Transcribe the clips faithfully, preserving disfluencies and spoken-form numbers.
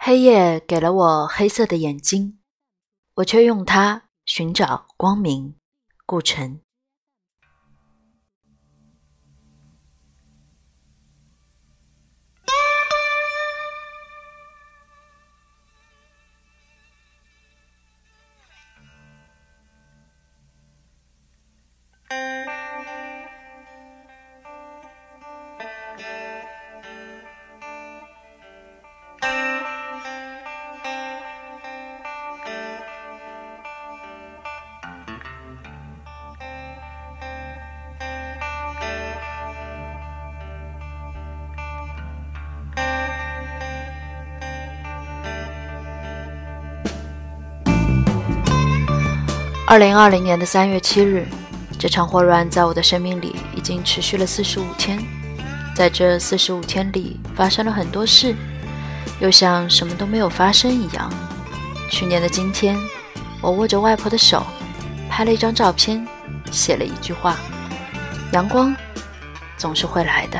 黑夜给了我黑色的眼睛，我却用它寻找光明。顾城。二零二零年的三月七日，这场霍乱在我的生命里已经持续了四十五天。在这四十五天里，发生了很多事，又像什么都没有发生一样。去年的今天，我握着外婆的手，拍了一张照片，写了一句话：阳光总是会来的。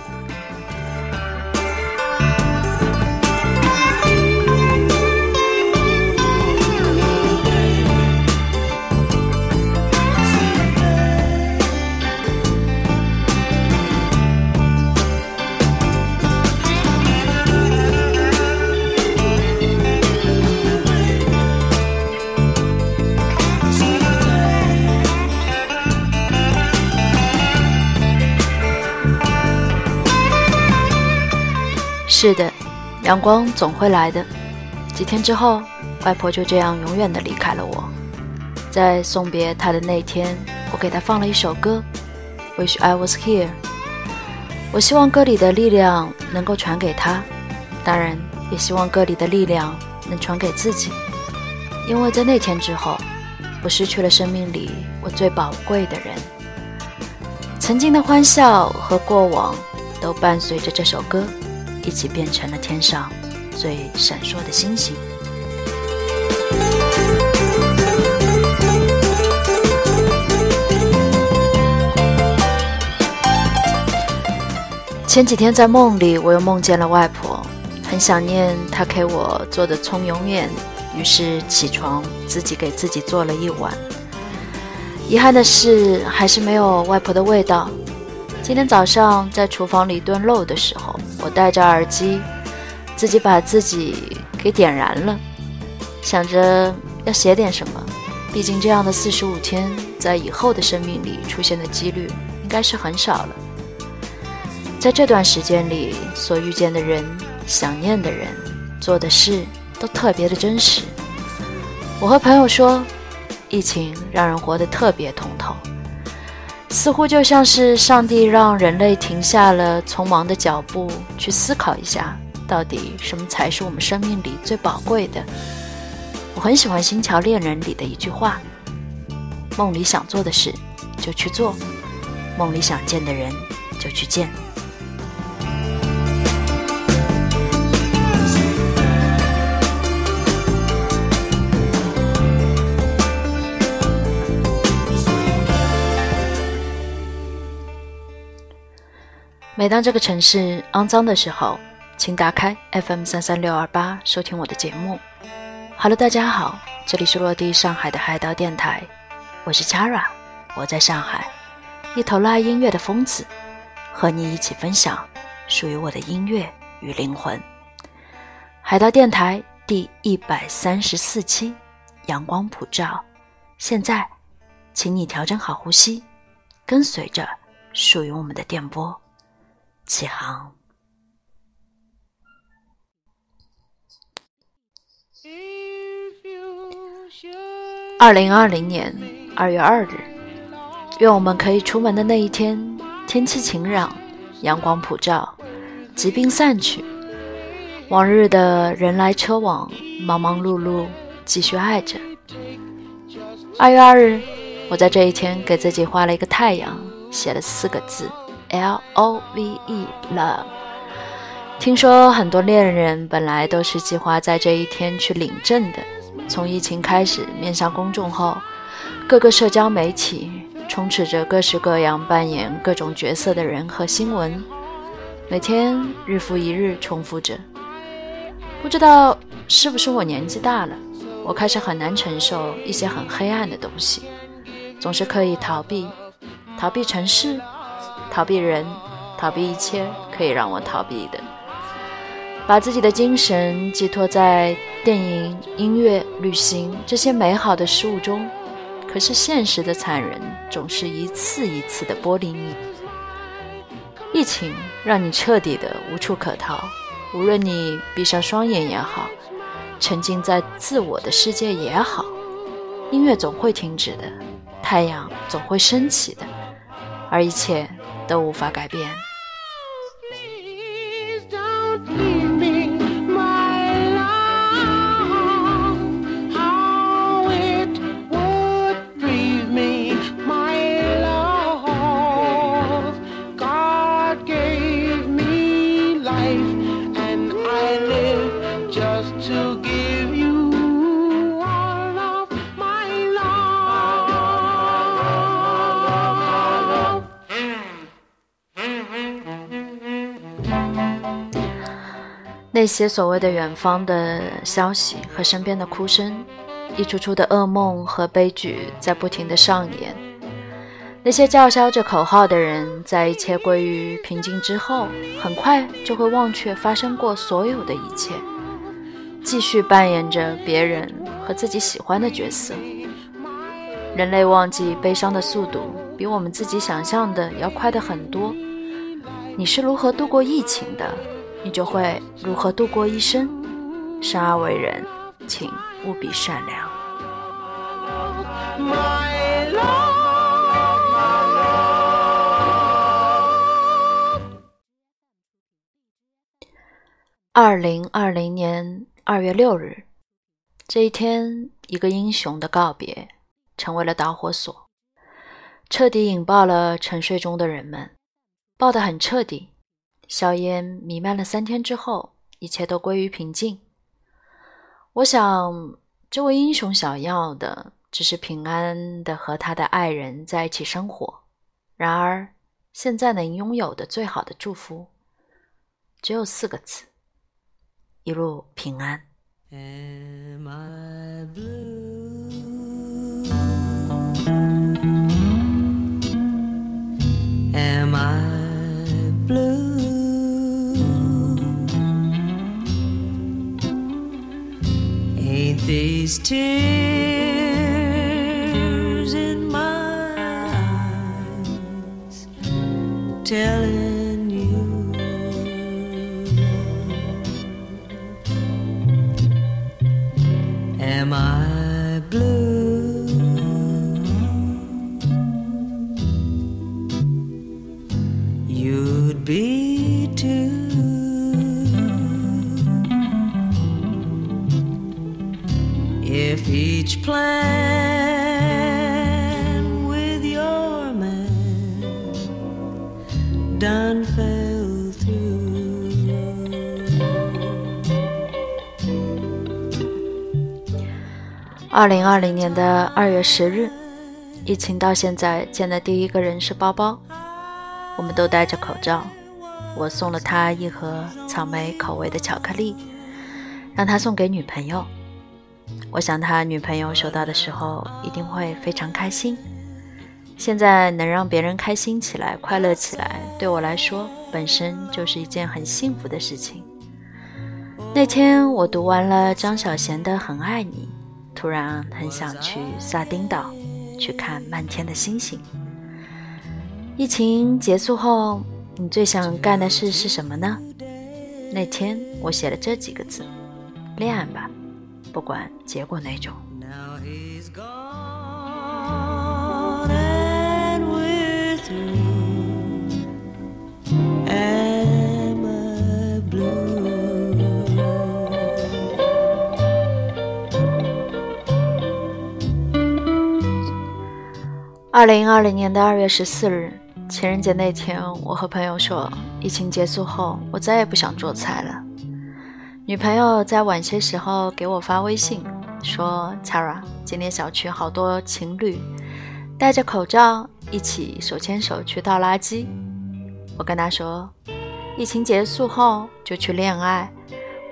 是的，阳光总会来的。几天之后，外婆就这样永远地离开了我。在送别她的那天，我给她放了一首歌 Wish I Was Here。 我希望歌里的力量能够传给她，当然也希望歌里的力量能传给自己。因为在那天之后，我失去了生命里我最宝贵的人。曾经的欢笑和过往都伴随着这首歌一起变成了天上最闪烁的星星。前几天在梦里，我又梦见了外婆，很想念她给我做的葱油面，于是起床自己给自己做了一碗。遗憾的是，还是没有外婆的味道。今天早上在厨房里炖肉的时候，我戴着耳机，自己把自己给点燃了，想着要写点什么，毕竟这样的四十五天在以后的生命里出现的几率应该是很少了。在这段时间里所遇见的人、想念的人、做的事都特别的真实。我和朋友说，疫情让人活得特别通透，似乎就像是上帝让人类停下了匆忙的脚步，去思考一下到底什么才是我们生命里最宝贵的。我很喜欢《星桥恋人》里的一句话：梦里想做的事就去做，梦里想见的人就去见。每当这个城市肮脏的时候，请打开 F M 三三六二八收听我的节目。Hello， 大家好，这里是落地上海的海盗电台，我是 Chara， 我在上海，一头拉音乐的疯子，和你一起分享属于我的音乐与灵魂。海盗电台第一百三十四期，阳光普照。现在，请你调整好呼吸，跟随着属于我们的电波起航。二零二零年二月二日，愿我们可以出门的那一天，天气晴朗，阳光普照，疾病散去，往日的人来车往，忙忙碌碌，继续爱着。二月二日，我在这一天给自己画了一个太阳，写了四个字L O V E Love。 听说很多恋人本来都是计划在这一天去领证的。从疫情开始面向公众后，各个社交媒体充斥着各式各样扮演各种角色的人和新闻，每天日复一日重复着。 不知道是不是我年纪大了，我开始很难承受一些很黑暗的东西，总是刻意逃避，逃避城市，逃避人，逃避一切可以让我逃避的，把自己的精神寄托在电影、音乐、旅行这些美好的事物中。可是现实的残忍总是一次一次的剥离你。疫情让你彻底的无处可逃，无论你闭上双眼也好，沉浸在自我的世界也好，音乐总会停止的，太阳总会升起的，而一切都无法改变。那些所谓的远方的消息和身边的哭声，一出出的噩梦和悲剧在不停地上演。那些叫嚣着口号的人，在一切归于平静之后，很快就会忘却发生过所有的一切，继续扮演着别人和自己喜欢的角色。人类忘记悲伤的速度比我们自己想象的要快得很多。你是如何度过疫情的，你就会如何度过一生。生而为人，请务必善良。二零二零年二月六日，这一天，一个英雄的告别成为了导火索，彻底引爆了沉睡中的人们，爆得很彻底。硝烟弥漫了三天之后，一切都归于平静。我想，这位英雄想要的只是平安地和他的爱人在一起生活。然而，现在能拥有的最好的祝福，只有四个字：一路平安。Am I blue? Am I blue? Ain't these tears in my eyes telling you am I blue? You'd be too if each plan with your man done fell through. 二零二零年的二月十日，疫情到现在见的第一个人是包包。我们都戴着口罩，我送了他一盒草莓口味的巧克力，让他送给女朋友。我想他女朋友收到的时候一定会非常开心。现在能让别人开心起来，快乐起来，对我来说本身就是一件很幸福的事情。那天我读完了张小娴的《很爱你》，突然很想去萨丁岛去看漫天的星星。疫情结束后，你最想干的事是什么呢？那天我写了这几个字：恋爱吧，不管结果哪种。二零二零年的二月十四日，情人节那天，我和朋友说，疫情结束后，我再也不想做菜了。女朋友在晚些时候给我发微信说 Tara， 今天小区好多情侣戴着口罩一起手牵手去倒垃圾。我跟她说，疫情结束后就去恋爱，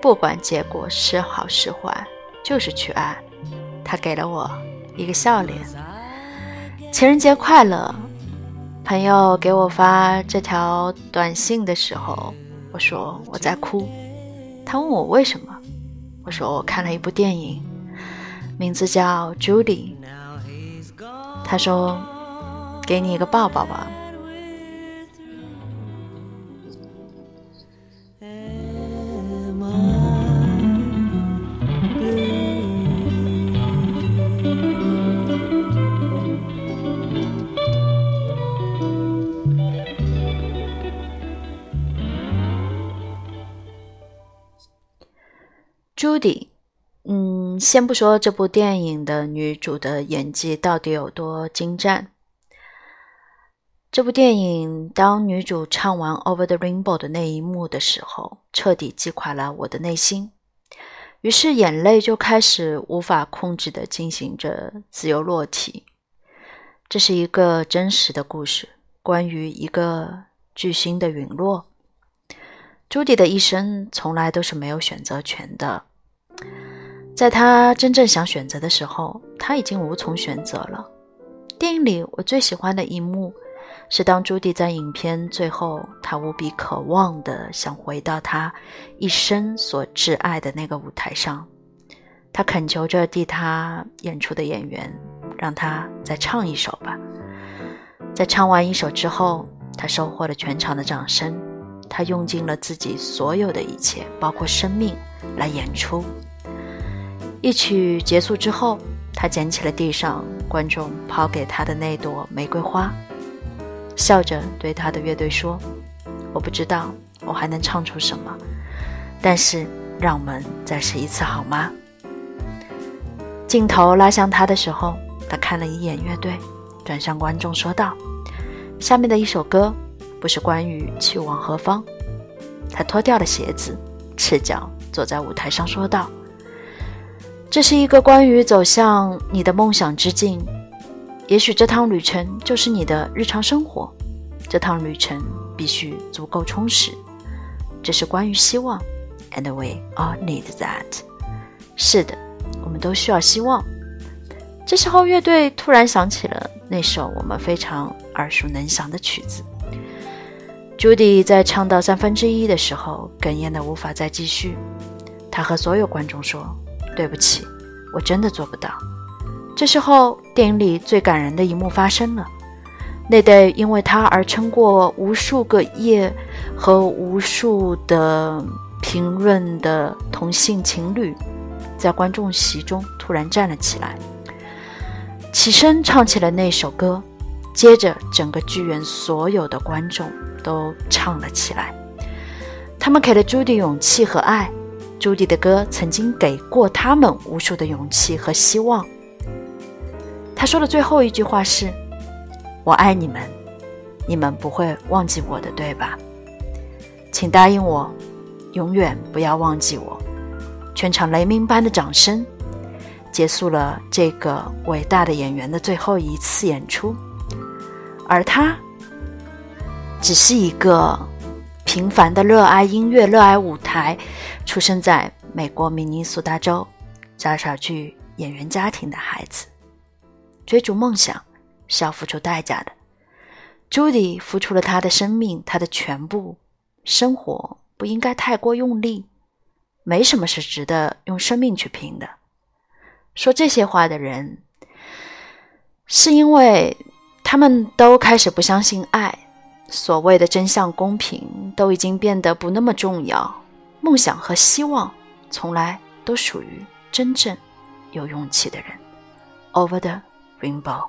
不管结果是好是坏，就是去爱。他给了我一个笑脸。情人节快乐。朋友给我发这条短信的时候，我说我在哭。他问我为什么，我说我看了一部电影，名字叫 Judy。 他说给你一个抱抱吧。Judy， 嗯，先不说这部电影的女主的演技到底有多精湛，这部电影当女主唱完 Over the Rainbow 的那一幕的时候，彻底击垮了我的内心，于是眼泪就开始无法控制地进行着自由落体。这是一个真实的故事，关于一个巨星的陨落。朱迪的一生从来都是没有选择权的，在他真正想选择的时候，他已经无从选择了。电影里我最喜欢的一幕是当朱迪在影片最后，他无比渴望地想回到他一生所挚爱的那个舞台上，他恳求着替他演出的演员，让他再唱一首吧。在唱完一首之后，他收获了全场的掌声，他用尽了自己所有的一切，包括生命来演出。一曲结束之后，他捡起了地上观众抛给他的那朵玫瑰花，笑着对他的乐队说，我不知道我还能唱出什么，但是让我们再试一次好吗？镜头拉向他的时候，他看了一眼乐队，转向观众说道，下面的一首歌不是关于去往何方。他脱掉了鞋子，赤脚坐在舞台上说道，这是一个关于走向你的梦想之境，也许这趟旅程就是你的日常生活，这趟旅程必须足够充实，这是关于希望 and we all need that。 是的，我们都需要希望。这时候乐队突然想起了那首我们非常耳熟能详的曲子。Judy 在唱到三分之一的时候哽咽得无法再继续，他和所有观众说，对不起，我真的做不到。这时候电影里最感人的一幕发生了，那对因为他而撑过无数个夜和无数的评论的同性情侣，在观众席中突然站了起来，起身唱起了那首歌，接着整个剧院所有的观众都唱了起来。他们给了朱迪勇气和爱，朱迪的歌曾经给过他们无数的勇气和希望。他说的最后一句话是，我爱你们，你们不会忘记我的，对吧？请答应我，永远不要忘记我。全场雷鸣般的掌声结束了这个伟大的演员的最后一次演出，而他只是一个平凡的热爱音乐、热爱舞台，出生在美国明尼苏达州扎小剧演员家庭的孩子。追逐梦想是要付出代价的，朱迪付出了他的生命，他的全部。生活不应该太过用力，没什么是值得用生命去拼的。说这些话的人，是因为他们都开始不相信爱，所谓的真相公平都已经变得不那么重要，梦想和希望从来都属于真正有勇气的人。 Over the Rainbow。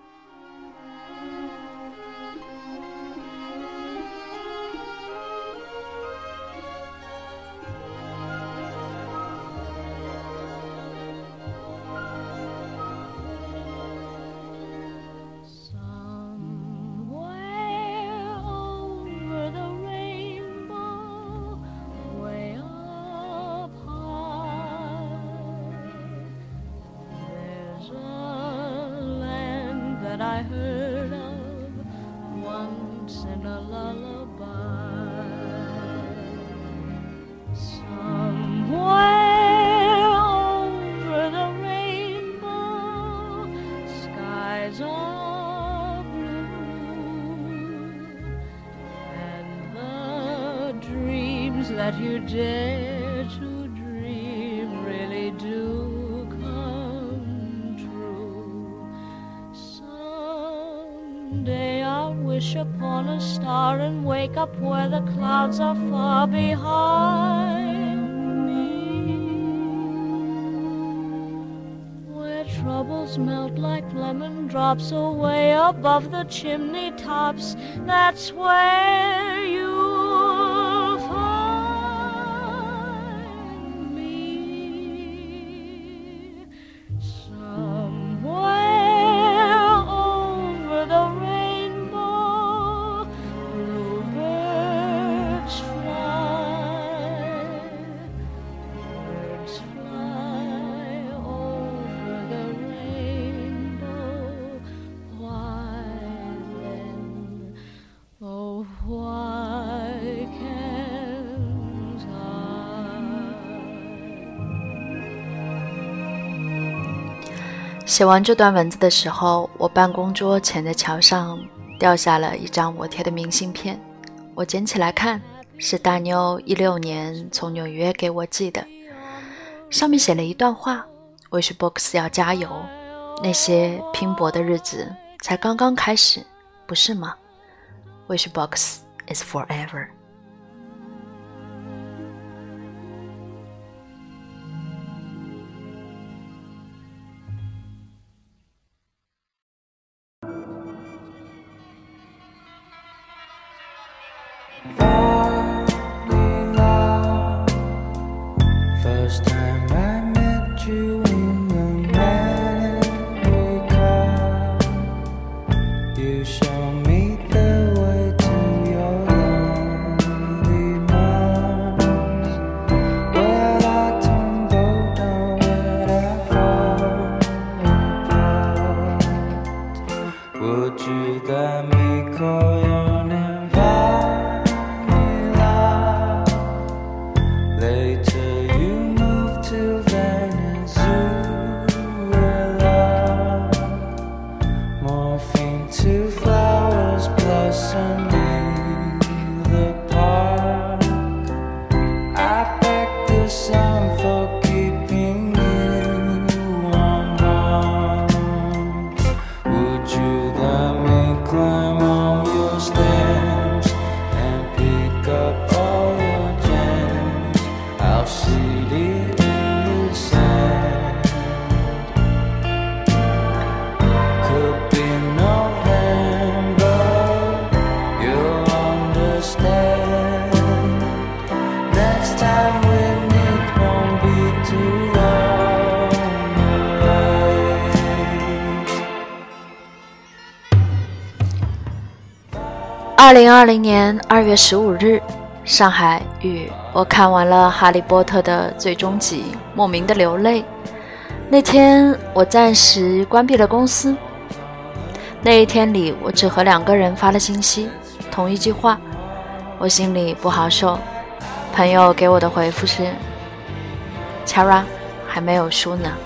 I heard of once in a lullaby. Somewhere wish upon a star and wake up where the clouds are far behind me, where troubles melt like lemon drops away above the chimney tops. That's where you'll find me, somewhere over the rainbow. Bluebirds fly, birds fly over the rainbow. Why then, oh why can't I? 写完这段文字的时候，我办公桌前的桥上掉下了一张我贴的明信片，我捡起来看，是大妞一六年从纽约给我寄的，上面写了一段话 Wishbox 要加油，那些拼搏的日子才刚刚开始，不是吗？ Wishbox is forever。 First time I met you in America, you showed me the way to your lonely mountains. Where I tumbled down, where I fall apart. Would you let me call your name Vanilla? Later you moved to Venezuela, morphing to flowers blossoming the park. I beg the sun for keeping you warm. Would you let me climb on your stems and pick up all your gems? I'll seed it in the sand. Could be November, you'll understand. Next time we meet won't be too long away. 二零二零年二月十五日，上海雨，我看完了《哈利波特》的最终集，莫名的流泪。那天我暂时关闭了公司，那一天里我只和两个人发了信息，同一句话，我心里不好受。朋友给我的回复是 Chara 还没有输呢。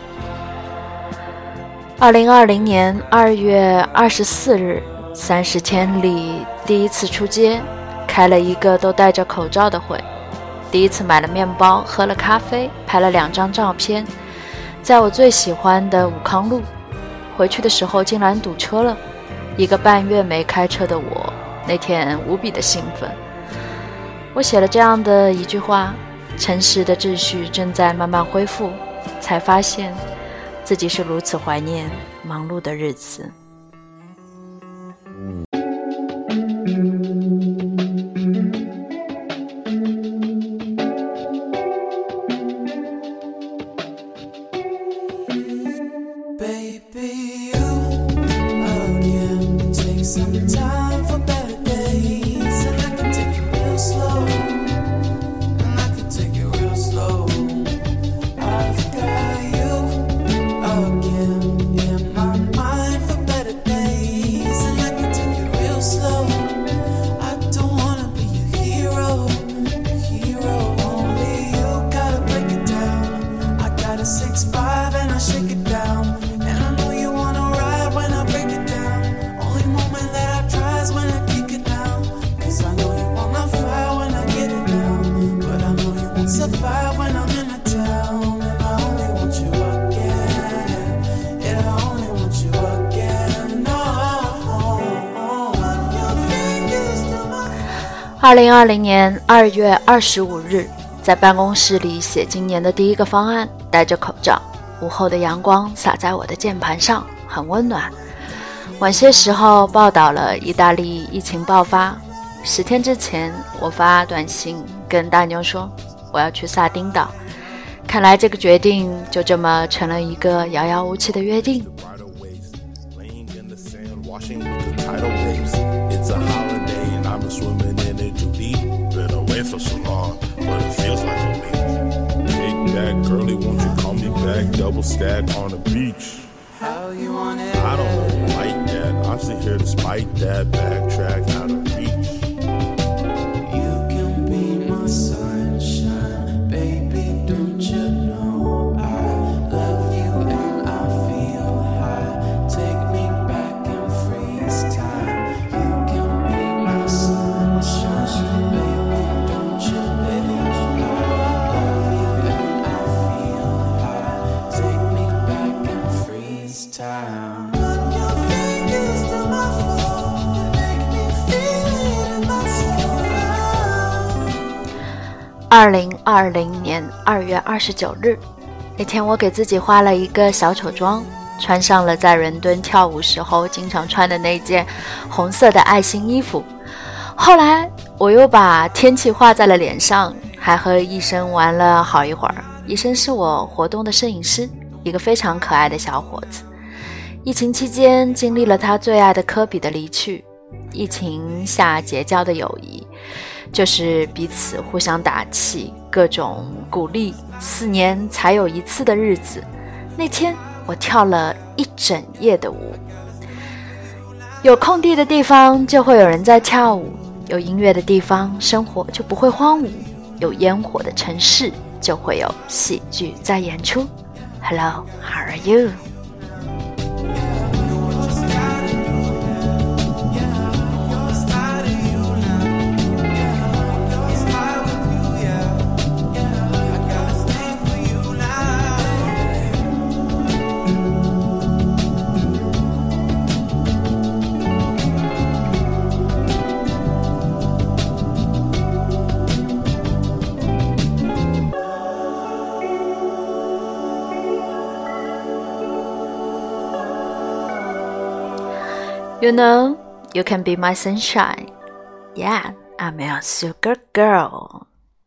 二零二零年二月二十四日，三十天里第一次出街，开了一个都戴着口罩的会，第一次买了面包，喝了咖啡，拍了两张照片，在我最喜欢的武康路。回去的时候竟然堵车了，一个半月没开车的我，那天无比的兴奋。我写了这样的一句话：城市的秩序正在慢慢恢复，才发现自己是如此怀念忙碌的日子。 Baby, you again. Take some time for better days, and I can take it real slow, and I can take it real slow. I've got you again in my mind for better days, and I can take it real slow. I don't wanna be your hero, your hero. Only you gotta break it down. I got a six five and I shake it down. Survive when I'm in a town, and I only want you again. Yeah, I only want you again. No, when you feel 二零二零年二月二十五日，在办公室里写今年的第一个方案，戴着口罩，午后的阳光洒在我的键盘上，很温暖。晚些时候报道了意大利疫情爆发，十天之前我发短信跟大妞说我要去萨丁岛，看来这个决定就这么成了一个遥遥无期的约定。 How you want it? I don't like that. I'm still here despite that. Backtrack out of reach. You can be my sunshine, baby. Don't you know I love you and I feel high. Take me back and freeze time. You can be my sunshine, baby. Don't you know I love you and I feel high. Take me back and freeze time. Run your fingers through my phone, make me feel it in my soul. 二零二零年二月二十九日，那天我给自己化了一个小丑妆，穿上了在伦敦跳舞时候经常穿的那件红色的爱心衣服。后来我又把天气画在了脸上，还和医生玩了好一会儿。医生是我活动的摄影师，一个非常可爱的小伙子。疫情期间经历了他最爱的科比的离去，疫情下结交的友谊就是彼此互相打气，各种鼓励，四年才有一次的日子。那天我跳了一整夜的舞。有空地的地方就会有人在跳舞，有音乐的地方生活就不会荒芜，有烟火的城市就会有喜剧在演出。 Hello, how are you?You know, you can be my sunshine. Yeah, I'm your sugar girl.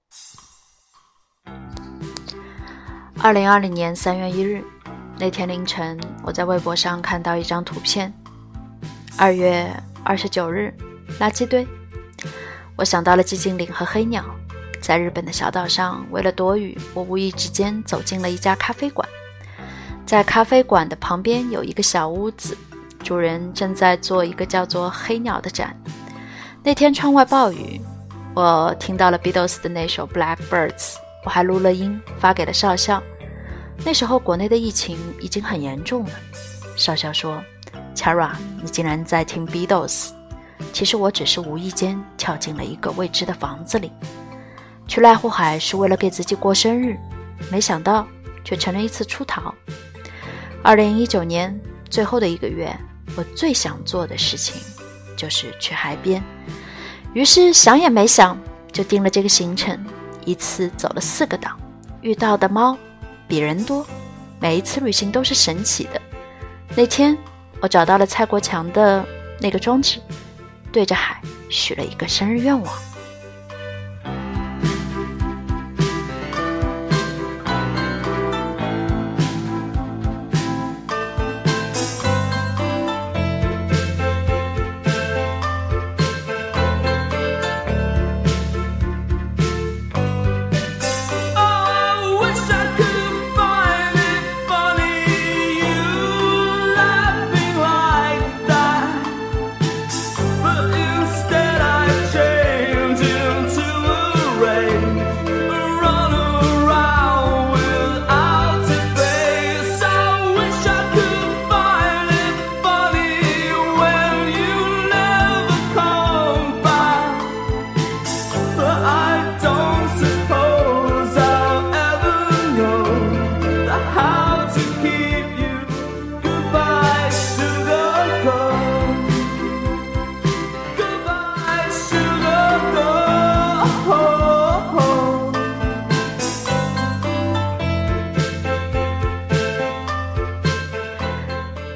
二零二零年三月一日，那天凌晨，我在微博上看到一张图片。二月二十九日，垃圾堆。我想到了寂静岭和黑鸟。在日本的小岛上，为了躲雨，我无意之间走进了一家咖啡馆。在咖啡馆的旁边有一个小屋子。主人正在做一个叫做黑鸟的展。那天窗外暴雨，我听到了 Beatles 的那首 Blackbirds， 我还录了音发给了少校。那时候国内的疫情已经很严重了。少校说 Chara， 你竟然在听 Beatles。 其实我只是无意间跳进了一个未知的房子里，去濑户海是为了给自己过生日，没想到却成了一次出逃。二零一九年最后的一个月，我最想做的事情就是去海边，于是想也没想就定了这个行程，一次走了四个岛，遇到的猫比人多，每一次旅行都是神奇的。那天我找到了蔡国强的那个装置，对着海许了一个生日愿望。 Instead I change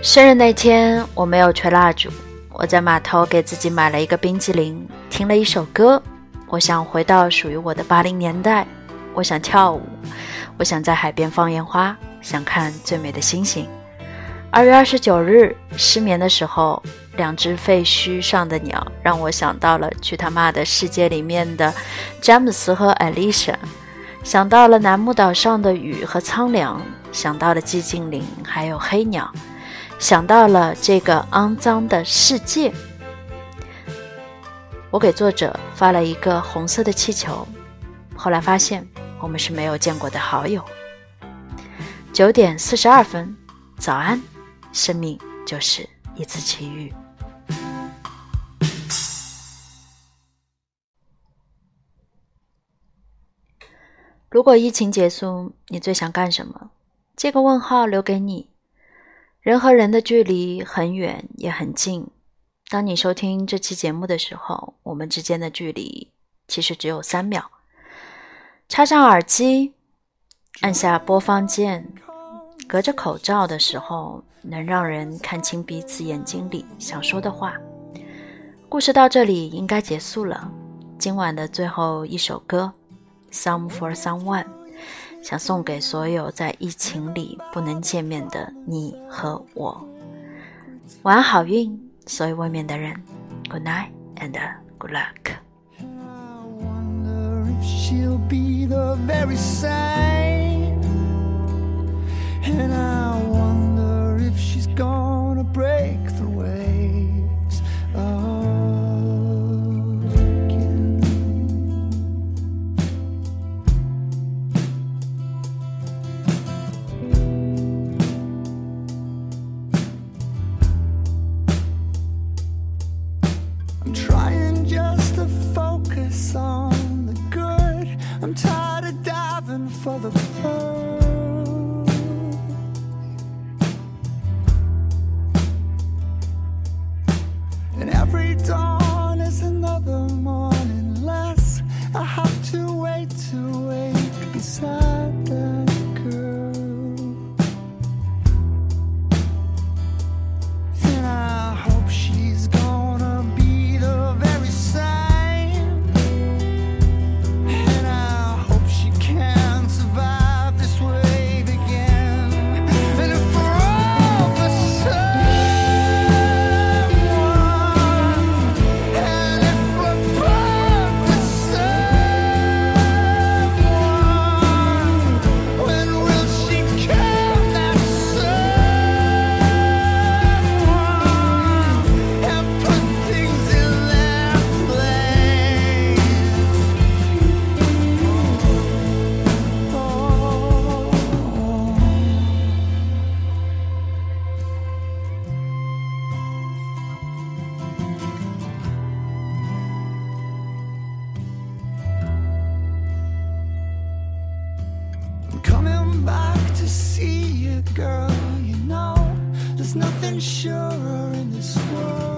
生日那天我没有吹蜡烛，我在码头给自己买了一个冰激凌，听了一首歌。我想回到属于我的八零年代，我想跳舞，我想在海边放烟花，想看最美的星星。二月二十九日失眠的时候，两只废墟上的鸟让我想到了去他妈的世界里面的詹姆斯和艾丽莎，想到了楠木岛上的雨和苍凉，想到了寂静岭还有黑鸟，想到了这个肮脏的世界。我给作者发了一个红色的气球，后来发现我们是没有见过的好友。九点四十二分，早安，生命就是一次奇遇。如果疫情结束，你最想干什么？这个问号留给你。人和人的距离很远也很近，当你收听这期节目的时候，我们之间的距离其实只有三秒。插上耳机，按下播放键，隔着口罩的时候能让人看清彼此眼睛里想说的话。故事到这里应该结束了。今晚的最后一首歌 Some for Someone， 想送给所有在疫情里不能见面的你和我。晚安好运，所有外面的人 Good night and good luck。 I wonder if she'll be the very same, and I wonder if she's gonna break the waves again. I'm trying just to focus on the good. I'm tired of diving for the pearl. And every dawn is another morning less. I have to wait to wake beside that girl. And I hope she's gonna be the very same, and I hope she can survive this wave again. And if we're all the someone, and if we're both the someone, when will she come that someone and put things in their place? Oh. I'm coming back to see you, girl. You know, there's nothing surer in this world.